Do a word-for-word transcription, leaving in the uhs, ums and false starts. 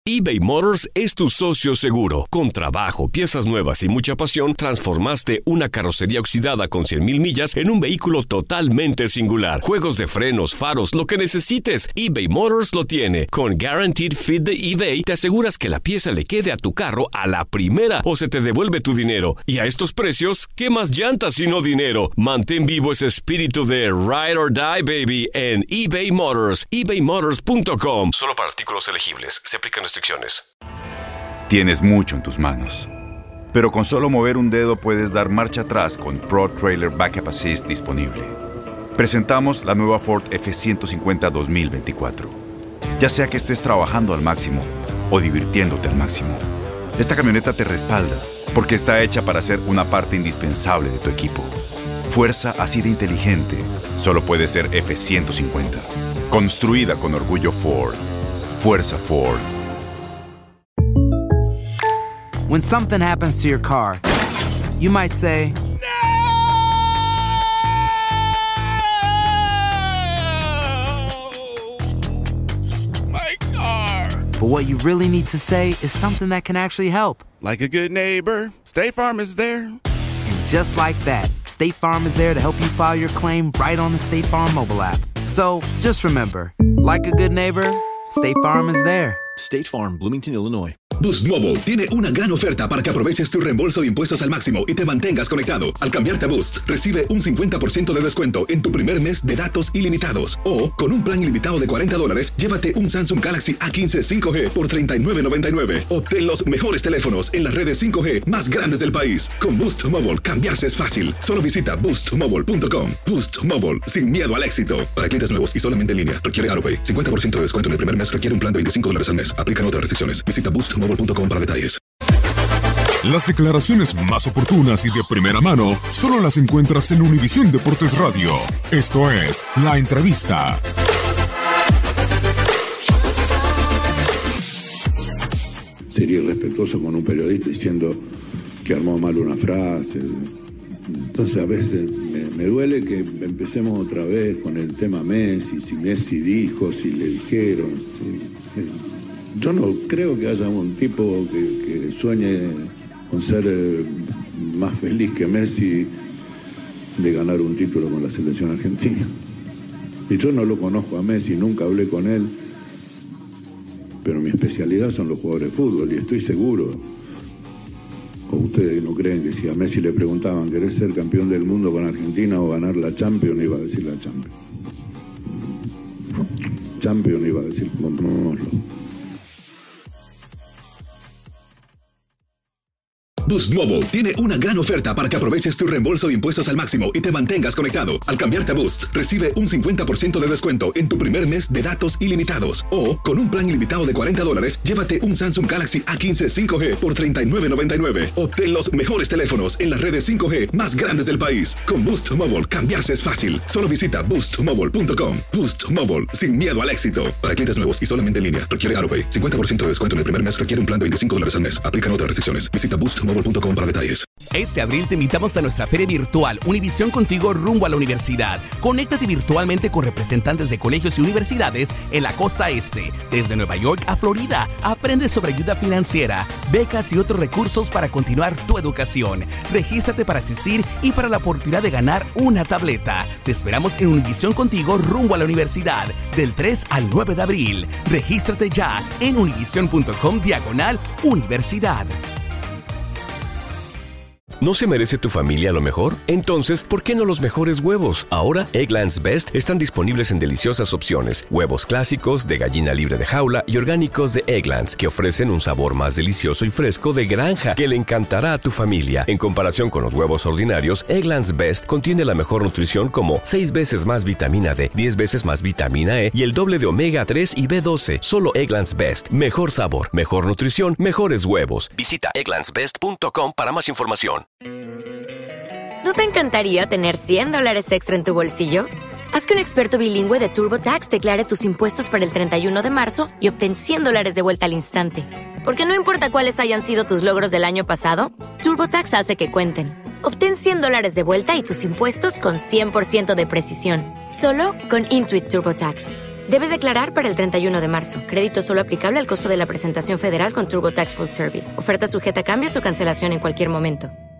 eBay Motors es tu socio seguro. Con trabajo, piezas nuevas y mucha pasión, transformaste una carrocería oxidada con cien mil millas en un vehículo totalmente singular. Juegos de frenos, faros, lo que necesites, eBay Motors lo tiene. Con Guaranteed Fit de eBay, te aseguras que la pieza le quede a tu carro a la primera o se te devuelve tu dinero. Y a estos precios, ¿qué más llantas sino dinero? Mantén vivo ese espíritu de Ride or Die, baby, en eBay Motors. ebay motors punto com. Solo para artículos elegibles. Se aplican restricciones. Tienes mucho en tus manos, pero con solo mover un dedo puedes dar marcha atrás con Pro Trailer Backup Assist disponible. Presentamos la nueva Ford F ciento cincuenta dos mil veinticuatro. Ya sea que estés trabajando al máximo o divirtiéndote al máximo, esta camioneta te respalda porque está hecha para ser una parte indispensable de tu equipo. Fuerza así de inteligente solo puede ser F ciento cincuenta. Construida con orgullo Ford. Fuerza Ford. When something happens to your car, you might say, My car! But what you really need to say is something that can actually help. Like a good neighbor, State Farm is there. And just like that, State Farm is there to help you file your claim right on the State Farm mobile app. So just remember, like a good neighbor, State Farm is there. State Farm, Bloomington, Illinois. Boost Mobile tiene una gran oferta para que aproveches tu reembolso de impuestos al máximo y te mantengas conectado. Al cambiarte a Boost, recibe un cincuenta por ciento de descuento en tu primer mes de datos ilimitados. O, con un plan ilimitado de cuarenta dólares, llévate un Samsung Galaxy A quince cinco G por treinta y nueve noventa y nueve. Obtén los mejores teléfonos en las redes cinco G más grandes del país. Con Boost Mobile, cambiarse es fácil. Solo visita boost mobile punto com. Boost Mobile, sin miedo al éxito. Para clientes nuevos y solamente en línea, requiere AutoPay. cincuenta por ciento de descuento en el primer mes, requiere un plan de veinticinco dólares al mes. Aplican otras restricciones. Visita boost mobile punto com para detalles. Las declaraciones más oportunas y de primera mano solo las encuentras en Univisión Deportes Radio. Esto es La Entrevista. Sería irrespetuoso con un periodista diciendo que armó mal una frase. Entonces a veces me, me duele que empecemos otra vez con el tema Messi, si Messi dijo, si le dijeron. Si, si. Yo no creo que haya un tipo que, que sueñe con ser eh, más feliz que Messi de ganar un título con la selección argentina. Y yo no lo conozco a Messi, nunca hablé con él, pero mi especialidad son los jugadores de fútbol y estoy seguro. ¿O ustedes no creen que si a Messi le preguntaban, ¿querés ser campeón del mundo con Argentina o ganar la Champions? Iba a decir la Champions. Champions iba a decir, comprémoslo. Boost Mobile tiene una gran oferta para que aproveches tu reembolso de impuestos al máximo y te mantengas conectado. Al cambiarte a Boost, recibe un cincuenta por ciento de descuento en tu primer mes de datos ilimitados. O, con un plan ilimitado de cuarenta dólares, llévate un Samsung Galaxy A quince cinco G por treinta y nueve noventa y nueve. Obtén los mejores teléfonos en las redes cinco G más grandes del país. Con Boost Mobile, cambiarse es fácil. Solo visita boost mobile punto com. Boost Mobile, sin miedo al éxito. Para clientes nuevos y solamente en línea, requiere AutoPay. cincuenta por ciento de descuento en el primer mes, requiere un plan de veinticinco dólares al mes. Aplican otras restricciones. Visita boost mobile punto com para detalles. Este abril te invitamos a nuestra feria virtual Univisión Contigo rumbo a la universidad. Conéctate virtualmente con representantes de colegios y universidades en la costa este. Desde Nueva York a Florida, aprende sobre ayuda financiera, becas y otros recursos para continuar tu educación. Regístrate para asistir y para la oportunidad de ganar una tableta. Te esperamos en Univisión Contigo rumbo a la universidad del tres al nueve de abril. Regístrate ya en univision punto com diagonal universidad. ¿No se merece tu familia lo mejor? Entonces, ¿por qué no los mejores huevos? Ahora, Eggland's Best están disponibles en deliciosas opciones. Huevos clásicos, de gallina libre de jaula y orgánicos de Eggland's, que ofrecen un sabor más delicioso y fresco de granja que le encantará a tu familia. En comparación con los huevos ordinarios, Eggland's Best contiene la mejor nutrición como seis veces más vitamina D, diez veces más vitamina E y el doble de omega tres y B doce. Solo Eggland's Best. Mejor sabor, mejor nutrición, mejores huevos. Visita egglands best punto com para más información. ¿No te encantaría tener cien dólares extra en tu bolsillo? Haz que un experto bilingüe de TurboTax declare tus impuestos para el treinta y uno de marzo y obtén cien dólares de vuelta al instante. Porque no importa cuáles hayan sido tus logros del año pasado, TurboTax hace que cuenten. Obtén cien dólares de vuelta y tus impuestos con cien por ciento de precisión. Solo con Intuit TurboTax. Debes declarar para el treinta y uno de marzo. Crédito solo aplicable al costo de la presentación federal con TurboTax Full Service. Oferta sujeta a cambios o cancelación en cualquier momento.